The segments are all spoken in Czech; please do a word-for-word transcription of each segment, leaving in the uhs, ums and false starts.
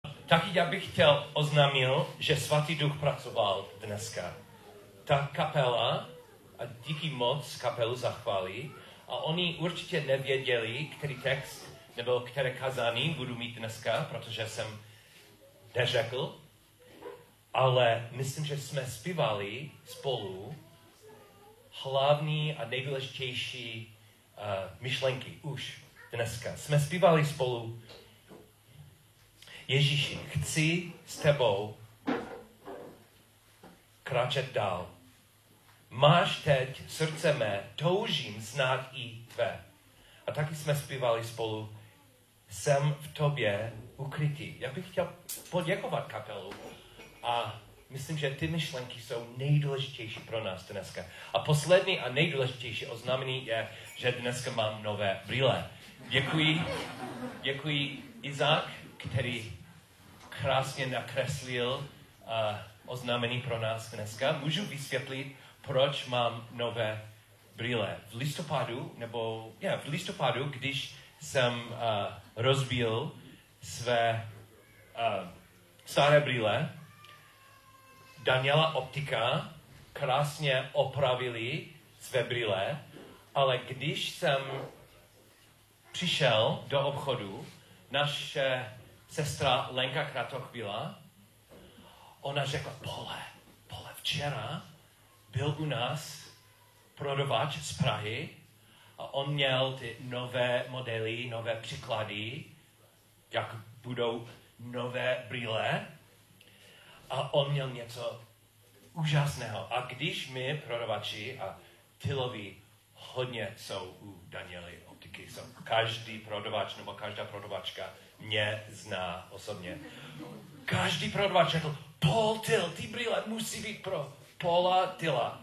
Taky já bych chtěl oznámil, že Svatý Duch pracoval dneska. Ta kapela, a díky moc kapelu zachválí, a oni určitě nevěděli, který text nebo které kazání budu mít dneska, protože jsem neřekl, ale myslím, že jsme zpívali spolu hlavní a nejdůležitější uh, myšlenky už dneska. Jsme zpívali spolu: Ježíši, chci s tebou kráčet dál. Máš teď srdce mé, toužím znát i tvé. A taky jsme zpívali spolu: Jsem v tobě ukrytý. Já bych chtěl poděkovat kapelu a myslím, že ty myšlenky jsou nejdůležitější pro nás dneska. A poslední a nejdůležitější oznámení je, že dneska mám nové brýle. Děkuji, děkuji Izák, který krásně nakreslil uh, oznámení pro nás dneska. Můžu vysvětlit, proč mám nové brýle. V listopadu, nebo yeah, v listopadu, když jsem uh, rozbil své uh, staré brýle, Daniela Optika krásně opravili své brýle, ale když jsem přišel do obchodu, naše sestra Lenka Kratochvíla, ona řekla: Pole, Pole, včera byl u nás prodavač z Prahy a on měl ty nové modely, nové příklady, jak budou nové brýle, a on měl něco úžasného. A když my, prodavači a Tylovi, hodně jsou u Daniely Optiky, jsou každý prodavač nebo každá prodavačka mě zná osobně. Každý prodavač řekl: Paul Tyl, ty brýle musí být pro Paula Tyla.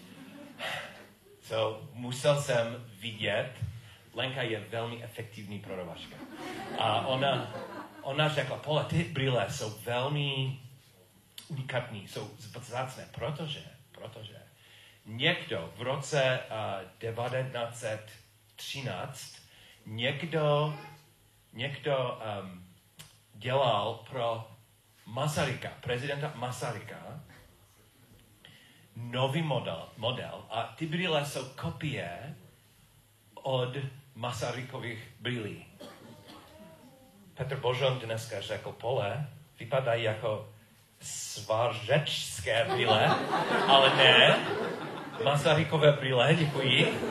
So, musel jsem vidět, Lenka je velmi efektivní prodavačka. A ona, ona řekla: Paula, ty brýle jsou velmi unikátní, jsou vzácné, protože, protože někdo v roce uh, devatenáct set třináct někdo, někdo um, dělal pro Masaryka, prezidenta Masaryka, nový model, model a ty brýle jsou kopie od Masarykových brýlí. Petr Božon dneska řekl: Pole, vypadají jako svařečské brýle, ale ne, Masarykové brýle, děkuji.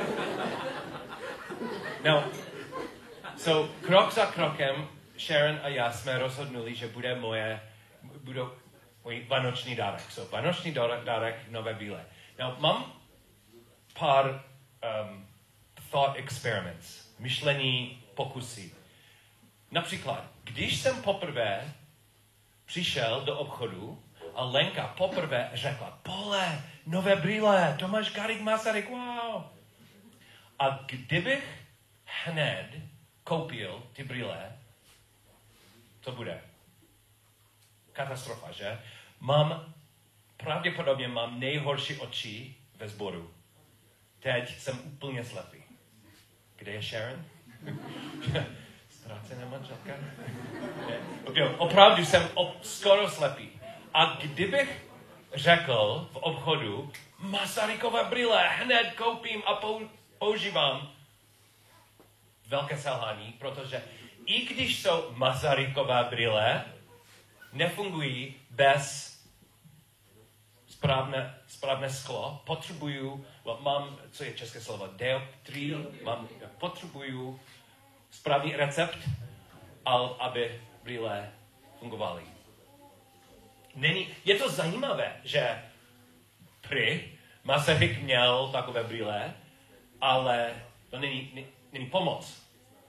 No, so, krok za krokem Sharon a já jsme rozhodnuli, že bude moje, budou můj vánoční dárek. So, vánoční dárek, dárek nové brýle. No, mám pár um, thought experiments, myšlení pokusy. Například, když jsem poprvé přišel do obchodu a Lenka poprvé řekla: Pole, nové brýle, Tomáš Garrigue Masaryk, wow. A kdybych hned koupil ty brýle, co bude? Katastrofa, že? Mám, pravděpodobně mám nejhorší oči ve sboru. Teď jsem úplně slepý. Kde je Sharon? Ztracená manželka? Okay, opravdu jsem op- skoro slepý. A kdybych řekl v obchodu: Masarykové brýle, hned koupím a pou- používám, velké selhání, protože i když jsou Masarykové brýle, nefungují bez správné, správné sklo. Potřebuju, well, mám, co je české slovo, dioptrii, mám, potřebuju správný recept, aby brýle fungovaly. Není, je to zajímavé, že prý Masaryk měl takové brýle, ale to není, není, není pomoc.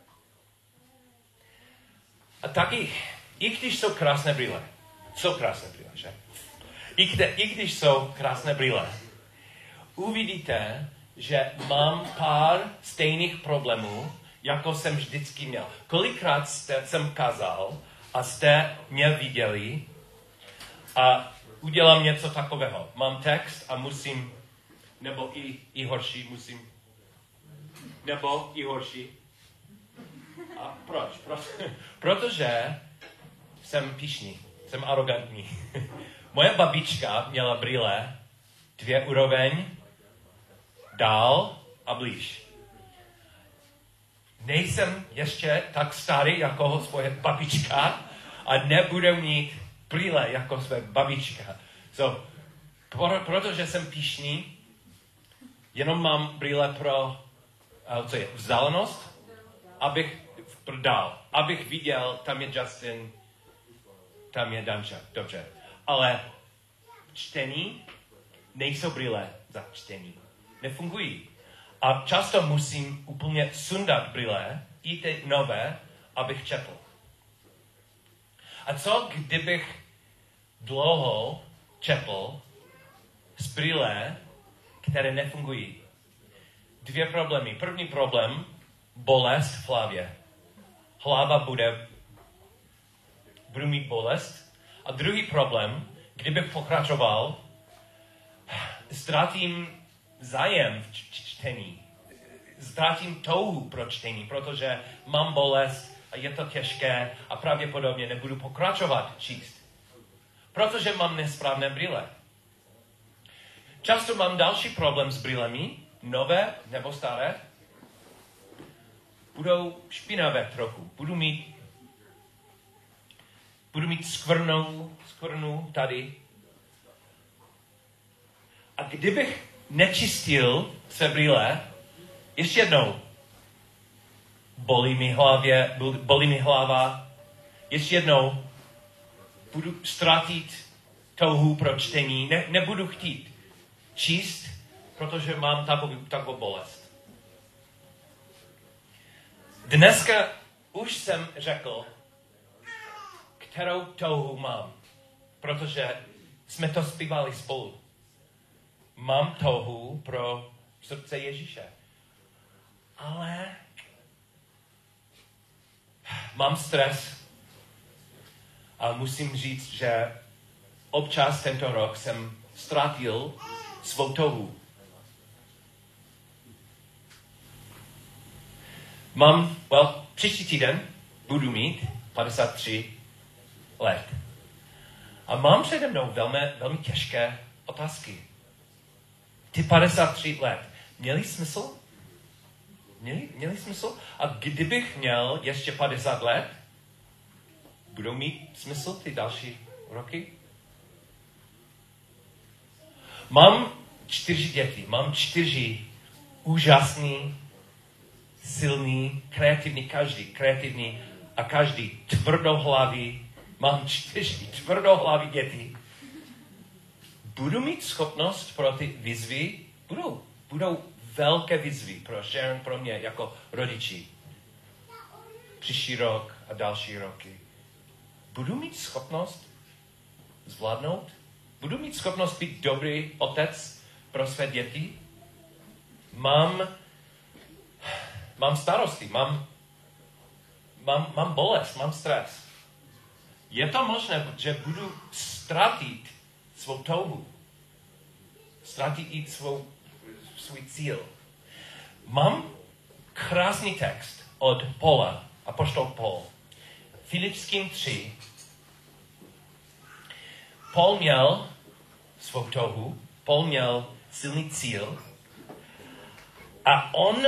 A taky, i když jsou krásné brýle, jsou krásné brýle, že? I, kde, I když jsou krásné brýle, uvidíte, že mám pár stejných problémů, jako jsem vždycky měl. Kolikrát jste, jsem kazal a jste mě viděli a udělám něco takového. Mám text a musím, nebo i, i horší musím, nebo i horší. A proč? Proč? Protože jsem pyšný, jsem arrogantní. Moje babička měla brýle dvě úroveň dál a blíž. Nejsem ještě tak starý jako svoje babička a nebudu mít brýle jako své babička. So, pro, protože jsem pyšný, jenom mám brýle pro uh, co je, vzdálenost, abych dál, abych viděl, tam je Justin, tam je Danča, dobře. Ale čtení nejsou brýle za čtení. Nefungují. A často musím úplně sundat brýle, i ty nové, abych četl. A co kdybych dlouho četl z brýle, které nefungují? Dvě problémy. První problém, bolest v hlavě. Hlava bude, budu mít bolest. A druhý problém, kdybych pokračoval, ztratím zájem v čtení. Ztratím touhu pro čtení, protože mám bolest a je to těžké a pravděpodobně nebudu pokračovat číst. Protože mám nesprávné brýle. Často mám další problém s brýlemi, nové nebo staré. Budou špinavé trochu. Budu mít budu mít skvrnou, skvrnu tady. A kdybych nečistil své brýle, ještě jednou, bolí mi hlavě, bolí mi hlava, ještě jednou, budu ztratit touhu pro čtení, ne, nebudu chtít číst, protože mám takovou, takovou bolest. Dneska už jsem řekl, kterou touhu mám, protože jsme to zpívali spolu. Mám touhu pro srdce Ježíše. Ale mám stres a musím říct, že občas tento rok jsem ztratil svou touhu. Mám, well, příští týden budu mít padesát tři let. A mám přede mnou velmi, velmi těžké otázky. Ty padesát tři let měly smysl? Měli, měli smysl? A kdybych měl ještě padesát let, budou mít smysl ty další roky? Mám čtyři děti, mám čtyři úžasný, silný, kreativní, každý kreativní a každý tvrdohlavý. Mám čtyři tvrdohlavý děti. Budu mít schopnost pro ty výzvy? Budou. Budou velké výzvy pro Sharon, pro mě jako rodiči. Příští rok a další roky. Budu mít schopnost zvládnout? Budu mít schopnost být dobrý otec pro své děti? Mám, mám starosti, mám, mám, mám bolest, mám stres. Je to možné, že budu ztratit svou touhu, ztratit i svou, svůj cíl. Mám krásný text od Paula, apoštol Paul. Filipským tři. Paul měl svou touhu, Paul měl silný cíl a on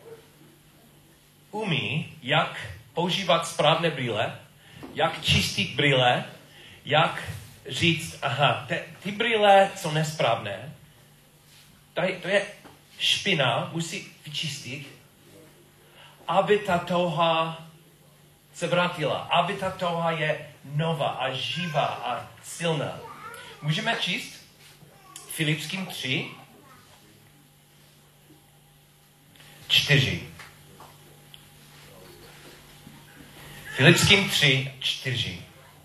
umí, jak používat správné brýle, jak čistit brýle, jak říct, aha, te, ty brýle jsou nesprávné, Tady, to je špina, musí vyčistit, aby ta touha se vrátila, aby ta touha je nová a živá a silná. Můžeme číst Filipským tři, čtyři. Filipským tři, čtyři.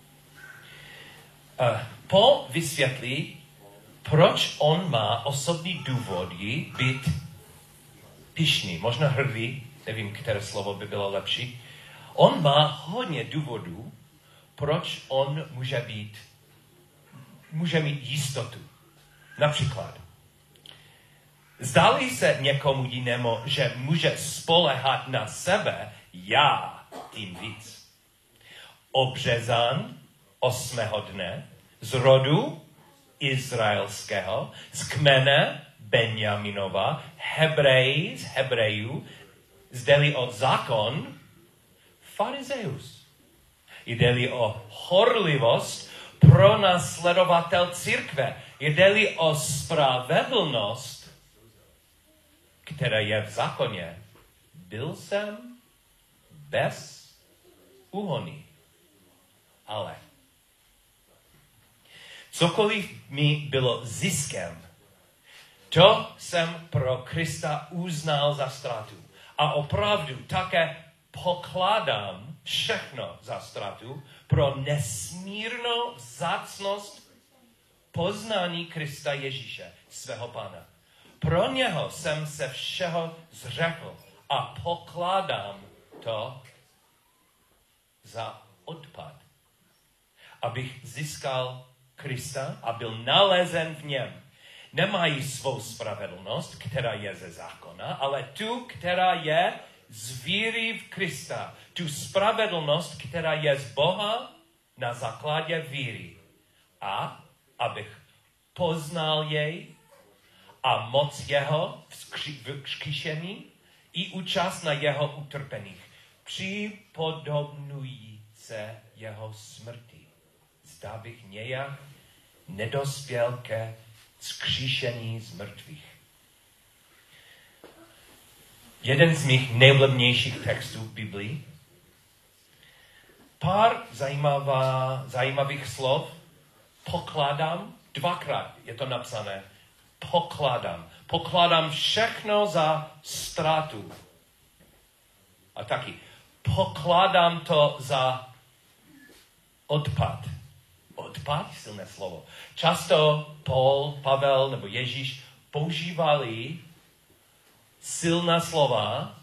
Uh, Paul vysvětlí, proč on má osobní důvody být pyšný, možná hrdý, nevím, které slovo by bylo lepší. On má hodně důvodů, proč on může být, může mít jistotu. Například, zdali se někomu jinému, že může spoléhat na sebe, já tím víc. Obřezán osmého dne z rodu izraelského, z kmene Benjaminova, Hebrej z Hebrejů, zde-li o zákon, farizeus. Jde-li o horlivost, pronásledovatel církve. Jde-li o spravedlnost, která je v zákoně, byl jsem bez úhony. Ale cokoliv mi bylo ziskem, to jsem pro Krista uznal za ztrátu. A opravdu také pokládám všechno za ztrátu pro nesmírnou vzácnost poznání Krista Ježíše, svého Pána. Pro něho jsem se všeho zřekl a pokládám to za odpad, abych získal Krista a byl nalezen v něm. Nemají svou spravedlnost, která je ze zákona, ale tu, která je z víry v Krista. Tu spravedlnost, která je z Boha na základě víry. A abych poznal jej a moc jeho vzkříšení i účast na jeho utrpeních, připodobňují se jeho smrti. Zda bych nějak nedospěl ke vzkříšení z mrtvých. Jeden z mých nejvlivnějších textů v Biblii. Pár zajímavá, zajímavých slov. Pokládám, dvakrát je to napsané. Pokládám. Pokládám všechno za ztrátu. A taky. Pokládám to za odpad. Odpad, silné slovo. Často Paul, Pavel nebo Ježíš používali silná slova,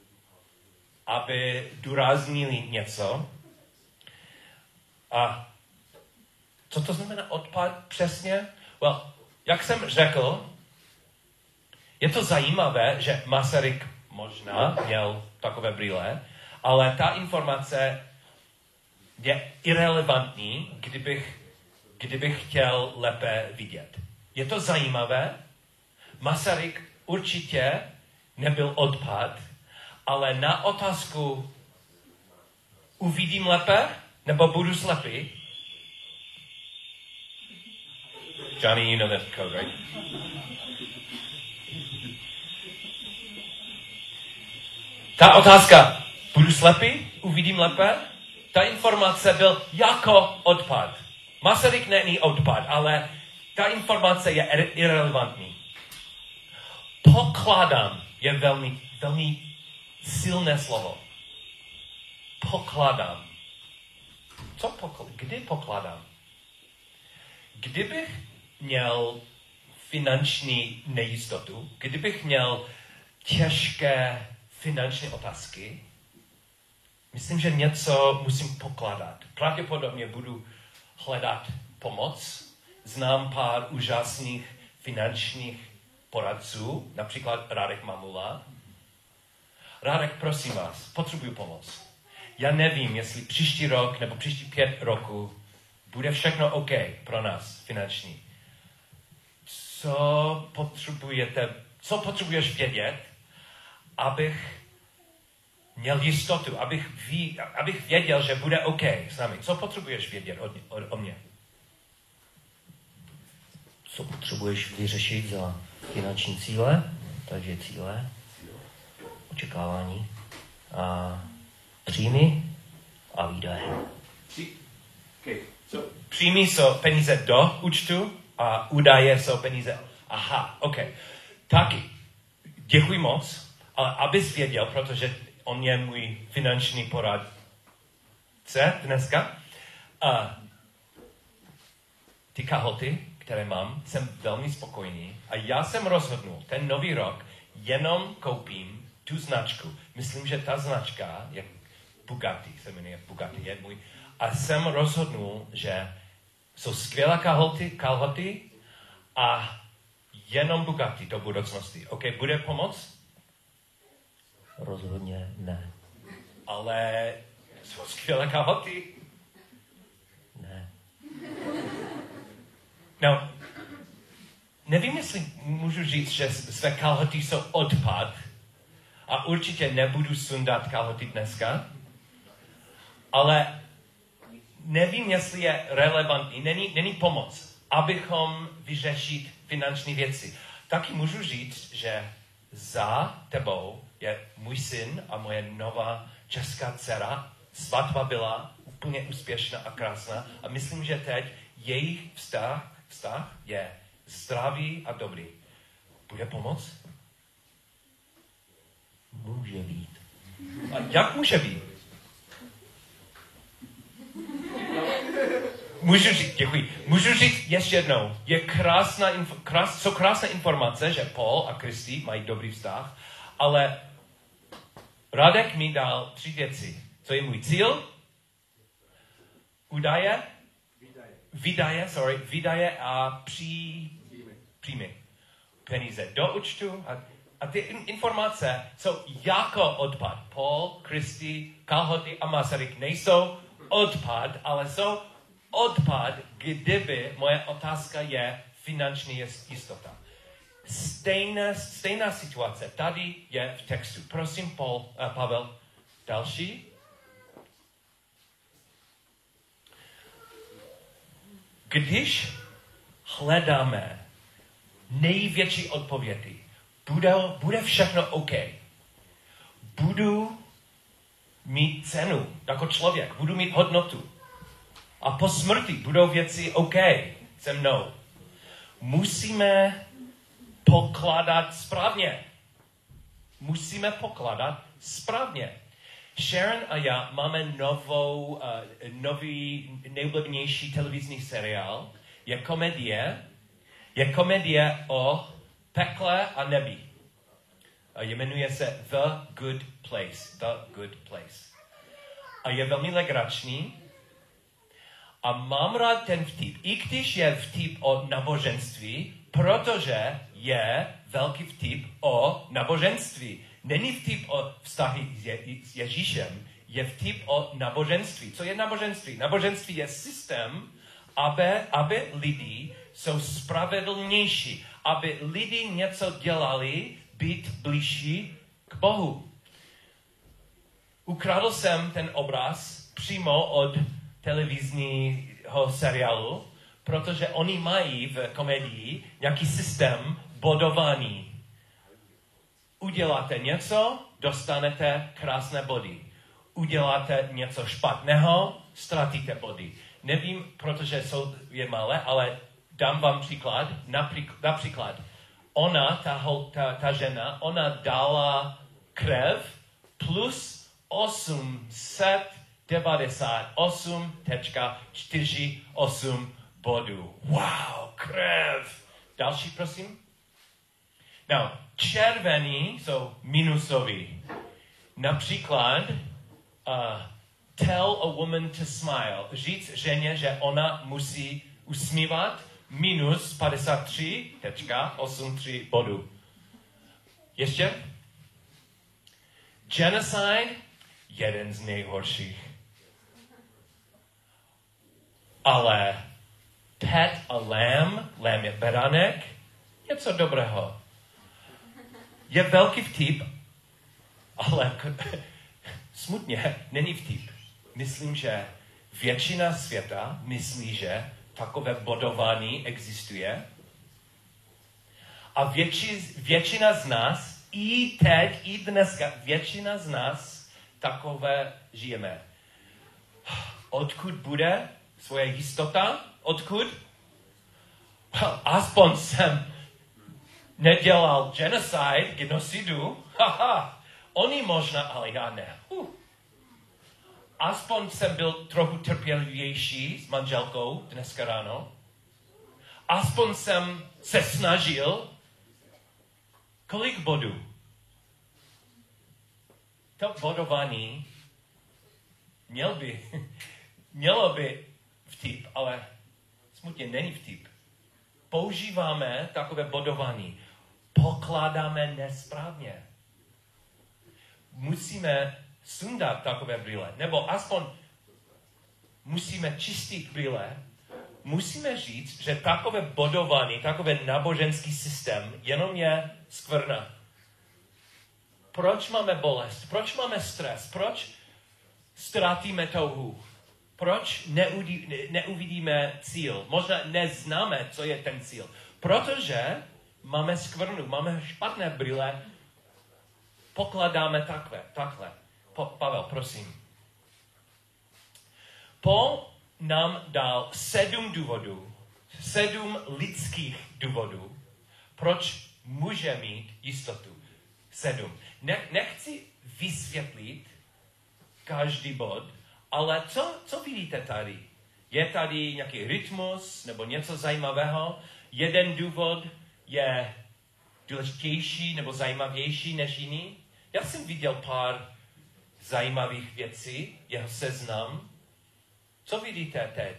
aby důraznili něco. A co to znamená odpad přesně? Well, jak jsem řekl, je to zajímavé, že Masaryk možná měl takové brýle, ale ta informace je irrelevantní, kdybych, kdybych chtěl lépe vidět. Je to zajímavé. Masaryk určitě nebyl odpad, ale na otázku uvidím lépe, nebo budu slepý? Johnny, you know that code, right? Ta otázka, budu slepý, uvidím lépe? Ta informace byl jako odpad. Masaryk není odpad, ale ta informace je irrelevantní. Pokládám je velmi, velmi silné slovo. Pokládám. Co pokládám? Kdy pokládám? Kdybych měl finanční nejistotu, kdybych měl těžké finanční otázky, myslím, že něco musím pokládat. Pravděpodobně budu hledat pomoc. Znám pár úžasných finančních poradců, například Radek Mamula. Radek, prosím vás, potřebuji pomoc. Já nevím, jestli příští rok nebo příští pět roku bude všechno OK pro nás finanční. Co potřebujete, co potřebuješ vědět, abych měl jistotu, abych, ví, abych věděl, že bude OK s námi. Co potřebuješ vědět od, od, od mě? Co potřebuješ vyřešit za finanční cíle, takže cíle, očekávání a příjmy a výdaje. Okay. So, příjmy jsou peníze do účtu a údaje jsou peníze. Aha, OK. Taky, děkuji moc, ale abys věděl, protože on je můj finanční poradce dneska. A ty kalhoty, které mám, jsem velmi spokojený a já jsem rozhodnul, ten nový rok jenom koupím tu značku. Myslím, že ta značka je Bugatti, se jmenuje Bugatti, je můj. A jsem rozhodnul, že jsou skvělé kalhoty, kalhoty a jenom Bugatti do budoucnosti. OK, bude pomoc? Rozhodně ne. Ale jsou skvělé kalhoty. Ne. No, nevím, jestli můžu říct, že své kalhoty jsou odpad a určitě nebudu sundat kalhoty dneska, ale nevím, jestli je relevantní, není, není pomoc, abychom vyřešit finanční věci. Taky můžu říct, že za tebou je můj syn a moje nová česká dcera. Svatba byla úplně úspěšná a krásná a myslím, že teď jejich vztah, vztah je zdravý a dobrý. Bude pomoc? Může být. A jak může být? Můžu říct, děkuji. Můžu říct ještě jednou. Je krásná, krás, jsou krásné informace, že Paul a Kristi mají dobrý vztah, ale Radek mi dal tři věci. Co je můj cíl? Údaje? Výdaje. Výdaje, sorry. Výdaje a pří... příjmy. Peníze do účtu. A, a ty informace jsou jako odpad. Paul, Kristi, kalhoty a Masaryk nejsou odpad, ale jsou odpad, kdyby moje otázka je finanční jistota. Stejná, stejná situace tady je v textu. Prosím, Paul, uh, Pavel, další. Když hledáme největší odpovědi, bude, bude všechno OK. Budu mít cenu jako člověk, budu mít hodnotu. A po smrti budou věci OK se mnou. Musíme pokládat správně. Musíme pokládat správně. Sharon a já máme novou, uh, nový nejoblíbenější televizní seriál. Je komedie. Je komedie o pekle a nebi. Uh, jmenuje se The Good Place. The Good Place. A je velmi legrační. A mám rád ten vtip. I když je vtip o náboženství, protože je velký vtip o náboženství. Není vtip o vztahy s, Je- s Ježíšem, je vtip o náboženství. Co je náboženství? Náboženství je systém, aby, aby lidi jsou spravedlnější, aby lidi něco dělali, být blížší k Bohu. Ukradl jsem ten obraz přímo od televizního seriálu, protože oni mají v komedii nějaký systém bodování. Uděláte něco, dostanete krásné body. Uděláte něco špatného, ztratíte body. Nevím, protože jsou, je malé, ale dám vám příklad. Například, například ona, ta, ta, ta žena, ona dala krev plus osm set devadesát osm celá čtyřicet osm bodů. Wow, krev! Další, prosím. Now, červení jsou minusový. Například, uh, tell a woman to smile. Říct ženě, že ona musí usmívat, minus padesát tři celá osmdesát tři bodů. Ještě? Genocide, jeden z nejhorších. Ale pet a lamb, lamb je beranek, něco dobrého. Je velký vtip, ale smutně není vtip. Myslím, že většina světa myslí, že takové bodování existuje. A větši, většina z nás, i teď, i dneska, většina z nás takové žijeme. Odkud bude svoje jistota? Odkud? Well, aspoň jsem nedělal genocide, genocidu. Haha, oni možná, ale já ne. Uh. Aspoň jsem byl trochu trpělivější s manželkou dneska ráno. Aspoň jsem se snažil. Kolik bodů? To bodování měl by, mělo by vtip, ale smutně není vtip. Používáme takové bodování. Pokládáme nesprávně. Musíme sundat takové brýle. Nebo aspoň musíme čistit brýle musíme říct, že takové bodování, takové náboženský systém jenom je skvrna. Proč máme bolest? Proč máme stres? Proč ztratíme touhu? Proč neudí, neuvidíme cíl? Možná neznáme, co je ten cíl. Protože máme skvrnu, máme špatné brýle, pokládáme takhle, takhle. Po, Pavel, prosím. Paul nám dal sedm důvodů, sedm lidských důvodů, proč může mít jistotu. Sedm. Ne, nechci vysvětlit každý bod, ale co, co vidíte tady? Je tady nějaký rytmus nebo něco zajímavého? Jeden důvod je důležitější nebo zajímavější než jiný? Já jsem viděl pár zajímavých věcí, jeho seznam. Co vidíte teď?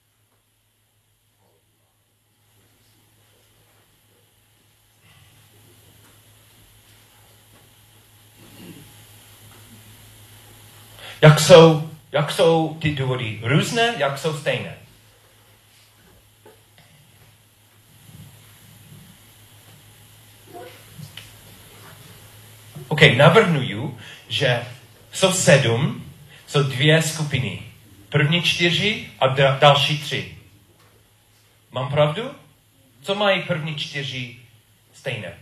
Jak jsou, jak jsou ty důvody různé, jak jsou stejné? OK, navrhnuju, že jsou sedm, jsou dvě skupiny. První čtyři a da- další tři. Mám pravdu? Co mají první čtyři stejné?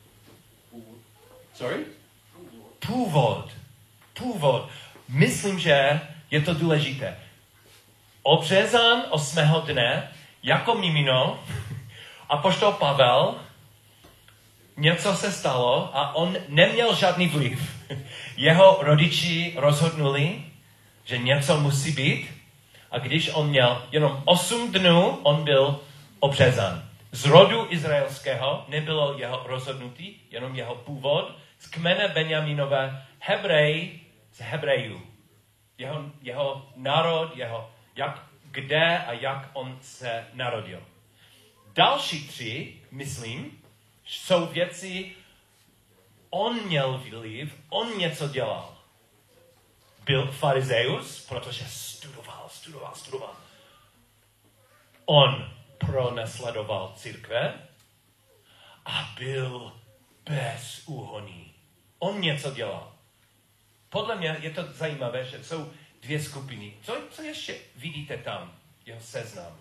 Sorry? Původ. Původ. Myslím, že je to důležité. Obřezán osmého dne, jako mimino, apoštol Pavel, něco se stalo a on neměl žádný vliv. Jeho rodiči rozhodnuli, že něco musí být a když on měl jenom osm dnů, on byl obřezán. Z rodu izraelského nebylo jeho rozhodnutí, jenom jeho původ, z kmene Benjaminové, Hebrej z Hebrejů. Jeho, jeho národ, jeho, jak, kde a jak on se narodil. Další tři, myslím, jsou věci, on měl vliv, on něco dělal. Byl farizeus, protože studoval, studoval, studoval. On pronásledoval církve a byl bezúhonný. On něco dělal. Podle mě je to zajímavé, že jsou dvě skupiny. Co, co ještě vidíte tam? Jeho seznam.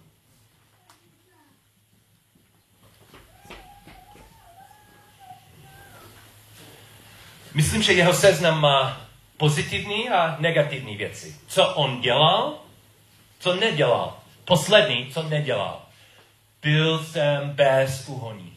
Myslím, že jeho seznam má pozitivní a negativní věci. Co on dělal, co nedělal. Poslední, co nedělal. Byl jsem bezúhonný.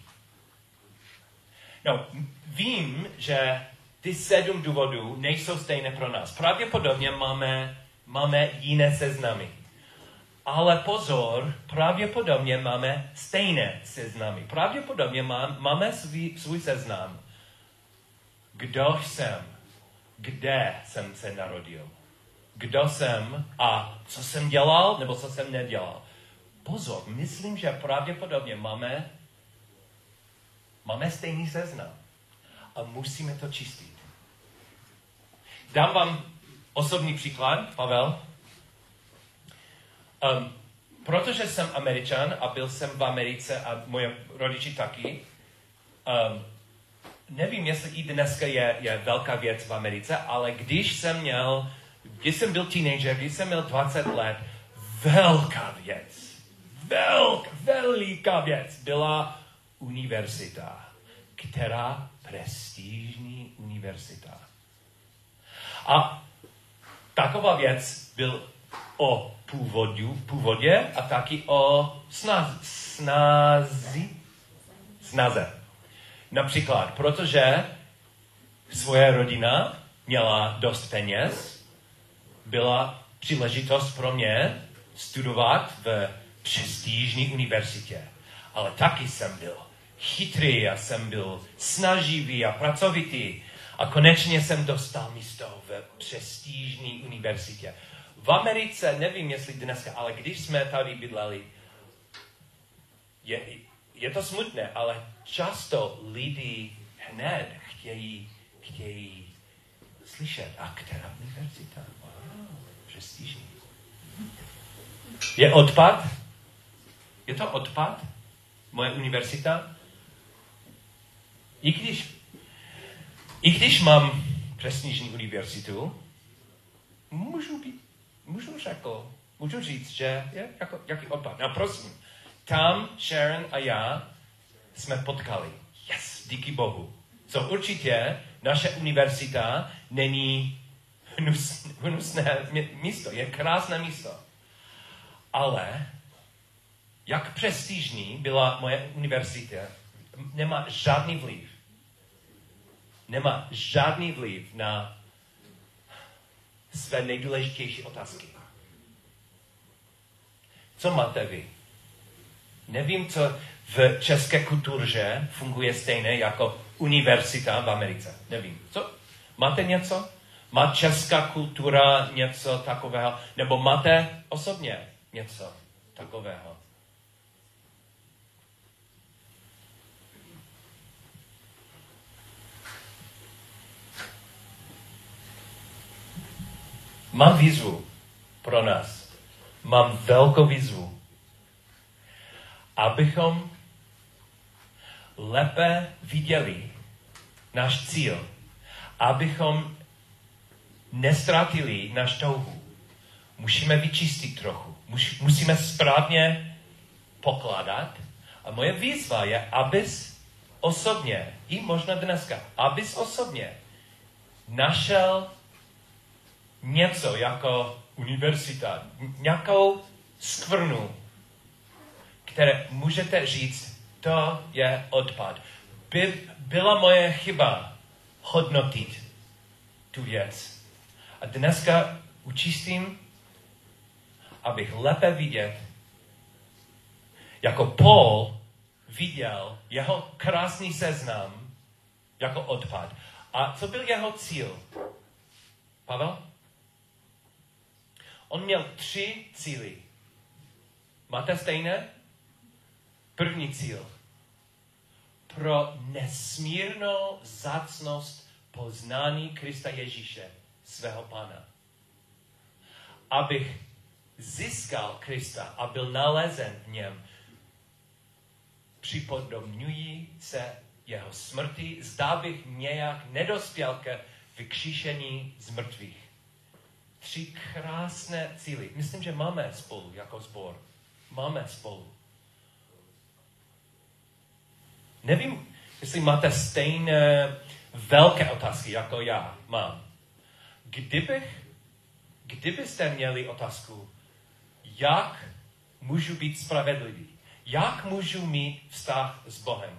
No, vím, že ty sedm důvodů nejsou stejné pro nás. Pravděpodobně máme, máme jiné seznamy. Ale pozor, pravděpodobně máme stejné seznamy. Pravděpodobně má, máme svý, svůj seznam. Kdo jsem? Kde jsem se narodil? Kdo jsem a co jsem dělal nebo co jsem nedělal? Pozor, myslím, že pravděpodobně máme, máme stejný seznam. A musíme to čistit. Dám vám osobní příklad, Pavel. Um, protože jsem Američan a byl jsem v Americe a moje rodiči taky, um, nevím, jestli i dneska je, je velká věc v Americe, ale když jsem měl, když jsem byl teenager, když jsem měl dvacet let, velká věc, velká, veliká věc byla univerzita, která prestižní univerzita. A taková věc byl o původu, původě a taky o snaz, snazi, snaze. Například, protože svoje rodina měla dost peněz, byla příležitost pro mě studovat v prestižní univerzitě. Ale taky jsem byl chytrý a jsem byl snaživý a pracovitý. A konečně jsem dostal místo v prestižní univerzitě. V Americe, nevím, jestli dneska, ale když jsme tady bydleli, je, je to smutné, ale často lidi hned chtějí, chtějí slyšet, a která univerzita? Wow, prestižní. Je odpad? Je to odpad? Moje univerzita? I když, i když mám prestižní univerzitu, můžu být, můžu řekl, můžu říct, že je jako, jaký odpad. No prosím, tam Sharon a já jsme potkali. Yes, díky Bohu. Co určitě naše univerzita není hnus, hnusné místo, je krásné místo. Ale jak prestižní byla moje univerzita, nemá žádný vliv. Nemá žádný vliv na své nejdůležitější otázky. Co máte vy? Nevím, co v české kultuře funguje stejné jako univerzita v Americe. Nevím. Co? Máte něco? Má česká kultura něco takového? Nebo máte osobně něco takového? Mám výzvu pro nás. Mám velkou výzvu. Abychom lépe viděli náš cíl. Abychom nestratili náš touhu. Musíme vyčistit trochu. Musíme správně pokládat. A moje výzva je, abys osobně, i možná dneska, abys osobně našel něco jako univerzita, nějakou skvrnu, které můžete říct, to je odpad. By, byla moje chyba hodnotit tu věc. A dneska učistím, abych lépe vidět, jako Paul viděl jeho krásný seznam jako odpad. A co byl jeho cíl? Pavel? On měl tři cíly. Máte stejné? První cíl. Pro nesmírnou vzácnost poznání Krista Ježíše, svého Pána. Abych získal Krista a byl nalezen v něm, připodobňuji se jeho smrti, zdá bych nějak nedospěl ke vykříšení z mrtvých. Tři krásné cíly. Myslím, že máme spolu jako sbor. Máme spolu. Nevím, jestli máte stejné velké otázky, jako já mám. Kdybych, kdybyste měli otázku, jak můžu být spravedlivý? Jak můžu mít vztah s Bohem?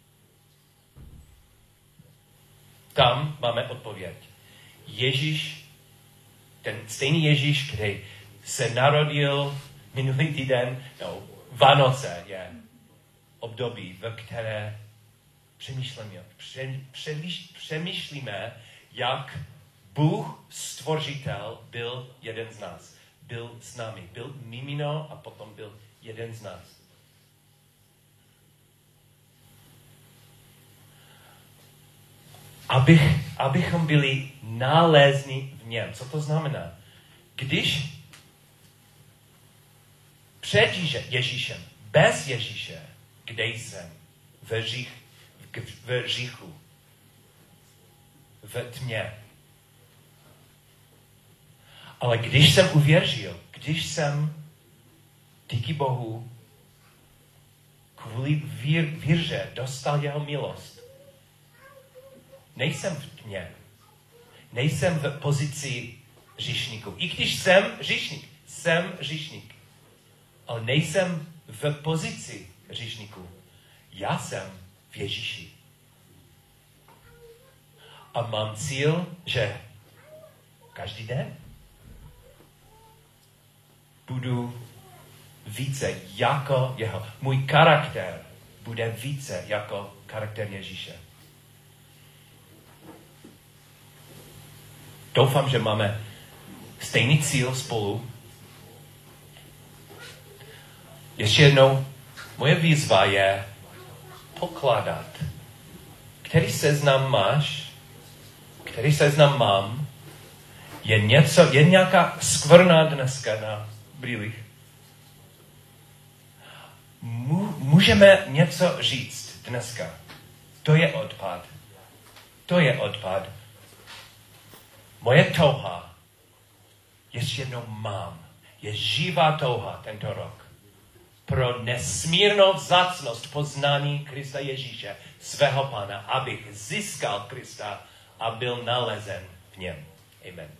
Tam máme odpověď. Ježíš, ten stejný Ježíš, který se narodil minulý týden, no, Vánoce je období, ve které přemýšlíme, přemýšlíme, jak Bůh, stvořitel, byl jeden z nás. Byl s námi. Byl mimino a potom byl jeden z nás. Abych, abychom byli nálezní v něm. Co to znamená? Když před Ježíšem, bez Ježíše, kde jsem? Ve, řích, ve říchu. Ve tmě. Ale když jsem uvěřil, když jsem díky Bohu kvůli vír, víře dostal jeho milost, nejsem v tmě. Nejsem v pozici hříšníku. I když jsem hříšník, jsem hříšník. Ale nejsem v pozici hříšníku. Já jsem v Ježíši. A mám cíl, že každý den budu více jako jeho. Můj charakter bude více jako charakter Ježíše. Doufám, že máme stejný cíl spolu. Ještě jednou, moje výzva je pokládat. Který seznam máš, který seznam mám, je něco, je nějaká skvrna dneska na brýlích. můžeme něco říct dneska. To je odpad. To je odpad. Moje touha, ještě jednou mám, je živá touha tento rok pro nesmírnou vzácnost poznání Krista Ježíše, svého Pána, abych získal Krista a byl nalezen v něm. Amen.